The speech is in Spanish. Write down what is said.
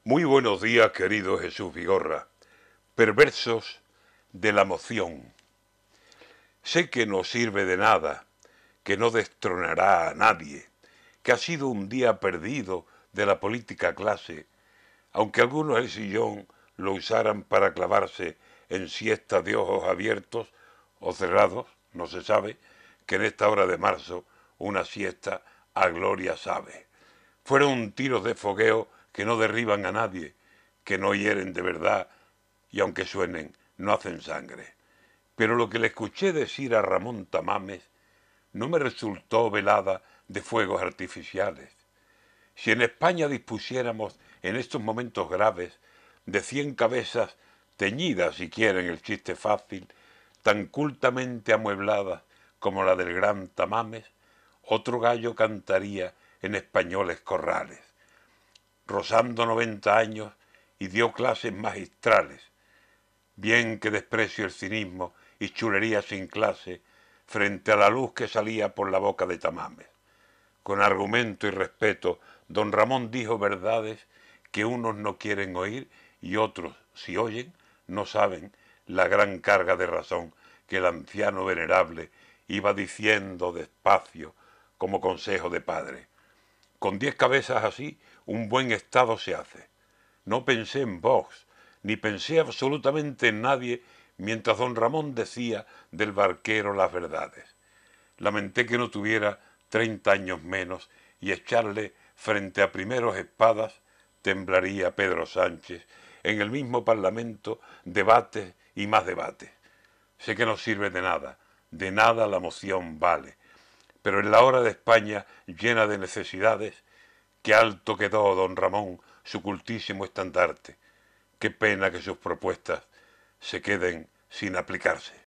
Muy buenos días, querido Jesús Vigorra. Perversos de la moción. Sé que no sirve de nada, que no destronará a nadie, que ha sido un día perdido de la política clase, aunque algunos el sillón lo usaran para clavarse en siesta de ojos abiertos o cerrados, no se sabe, que en esta hora de marzo una siesta a gloria sabe. Fueron tiros de fogueo que no derriban a nadie, que no hieren de verdad y aunque suenen, no hacen sangre. Pero lo que le escuché decir a Ramón Tamames no me resultó velada de fuegos artificiales. Si en España dispusiéramos en estos momentos graves de 100 cabezas teñidas, si quieren el chiste fácil, tan cultamente amuebladas como la del gran Tamames, otro gallo cantaría en españoles corrales. Rozando 90 años y dio clases magistrales. Bien que desprecio el cinismo y chulería sin clase frente a la luz que salía por la boca de Tamames. Con argumento y respeto, don Ramón dijo verdades que unos no quieren oír y otros, si oyen, no saben la gran carga de razón que el anciano venerable iba diciendo despacio como consejo de padre. Con 10 cabezas así, un buen Estado se hace. No pensé en Vox, ni pensé absolutamente en nadie mientras don Ramón decía del barquero las verdades. Lamenté que no tuviera 30 años menos y echarle frente a primeros espadas temblaría Pedro Sánchez en el mismo Parlamento debates y más debates. Sé que no sirve de nada la moción vale, pero en la hora de España llena de necesidades, qué alto quedó don Ramón su cultísimo estandarte. Qué pena que sus propuestas se queden sin aplicarse.